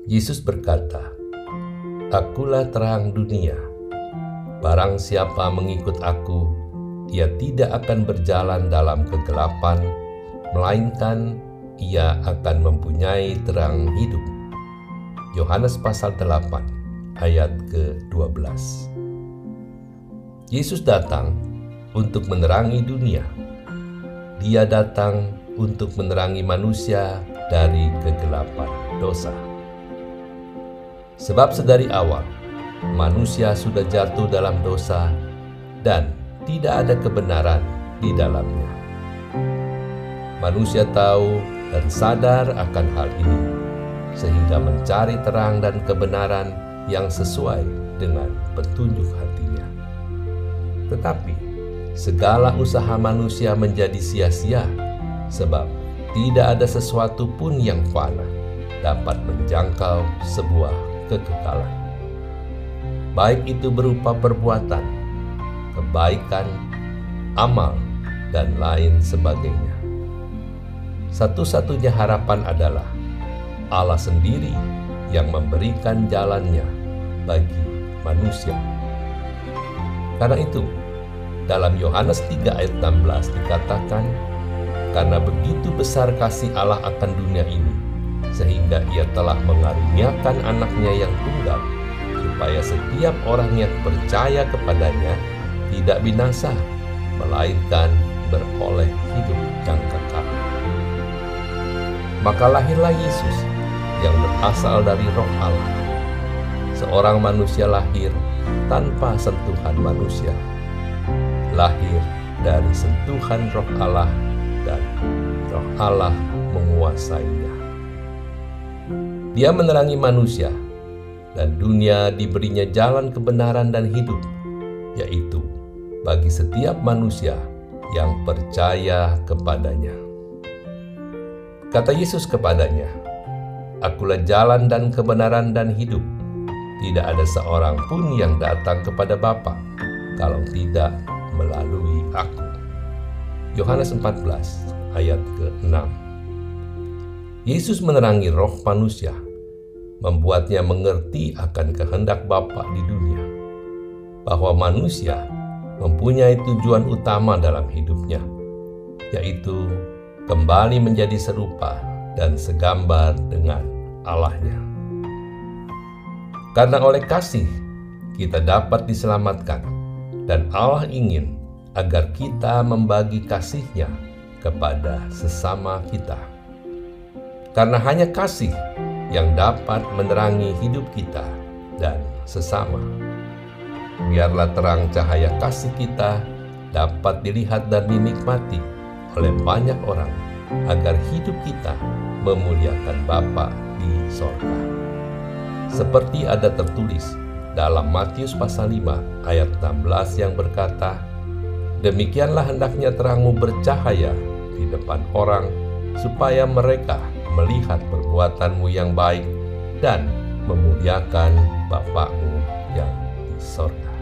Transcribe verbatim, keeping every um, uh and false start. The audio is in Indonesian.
Yesus berkata, "Akulah terang dunia. Barang siapa mengikut aku, ia tidak akan berjalan dalam kegelapan, melainkan ia akan mempunyai terang hidup." Yohanes pasal delapan ayat ke dua belas. Yesus datang untuk menerangi dunia. Dia datang untuk menerangi manusia dari kegelapan dosa. Sebab sedari awal, manusia sudah jatuh dalam dosa dan tidak ada kebenaran di dalamnya. Manusia tahu dan sadar akan hal ini, sehingga mencari terang dan kebenaran yang sesuai dengan petunjuk hatinya. Tetapi segala usaha manusia menjadi sia-sia, sebab tidak ada sesuatu pun yang fana dapat menjangkau sebuah kekekalan. Baik itu berupa perbuatan, kebaikan, amal, dan lain sebagainya. Satu-satunya harapan adalah Allah sendiri yang memberikan jalannya bagi manusia. Karena itu, dalam Yohanes tiga ayat enam belas dikatakan, "Karena begitu besar kasih Allah akan dunia ini, sehingga ia telah mengaruniakan anaknya yang tunggal, supaya setiap orang yang percaya kepadanya tidak binasa, melainkan beroleh hidup yang kekal." Maka lahirlah Yesus yang berasal dari Roh Allah. Seorang manusia lahir tanpa sentuhan manusia, lahir dari sentuhan Roh Allah, dan Roh Allah menguasainya. Dia menerangi manusia, dan dunia diberinya jalan kebenaran dan hidup, yaitu bagi setiap manusia yang percaya kepadanya. Kata Yesus kepadanya, "Akulah jalan dan kebenaran dan hidup. Tidak ada seorang pun yang datang kepada Bapa kalau tidak melalui aku." Yohanes empat belas ayat ke enam. Yesus menerangi roh manusia, membuatnya mengerti akan kehendak Bapa di dunia, bahwa manusia mempunyai tujuan utama dalam hidupnya, yaitu kembali menjadi serupa dan segambar dengan Allahnya. Karena oleh kasih kita dapat diselamatkan, dan Allah ingin agar kita membagi kasih-Nya kepada sesama kita. Karena hanya kasih yang dapat menerangi hidup kita dan sesama. Biarlah terang cahaya kasih kita dapat dilihat dan dinikmati oleh banyak orang, agar hidup kita memuliakan Bapa di sorga. Seperti ada tertulis dalam Matius pasal lima ayat enam belas yang berkata, "Demikianlah hendaknya terangmu bercahaya di depan orang, supaya mereka melihat perbuatanmu yang baik dan memuliakan Bapa-Mu yang di sorga."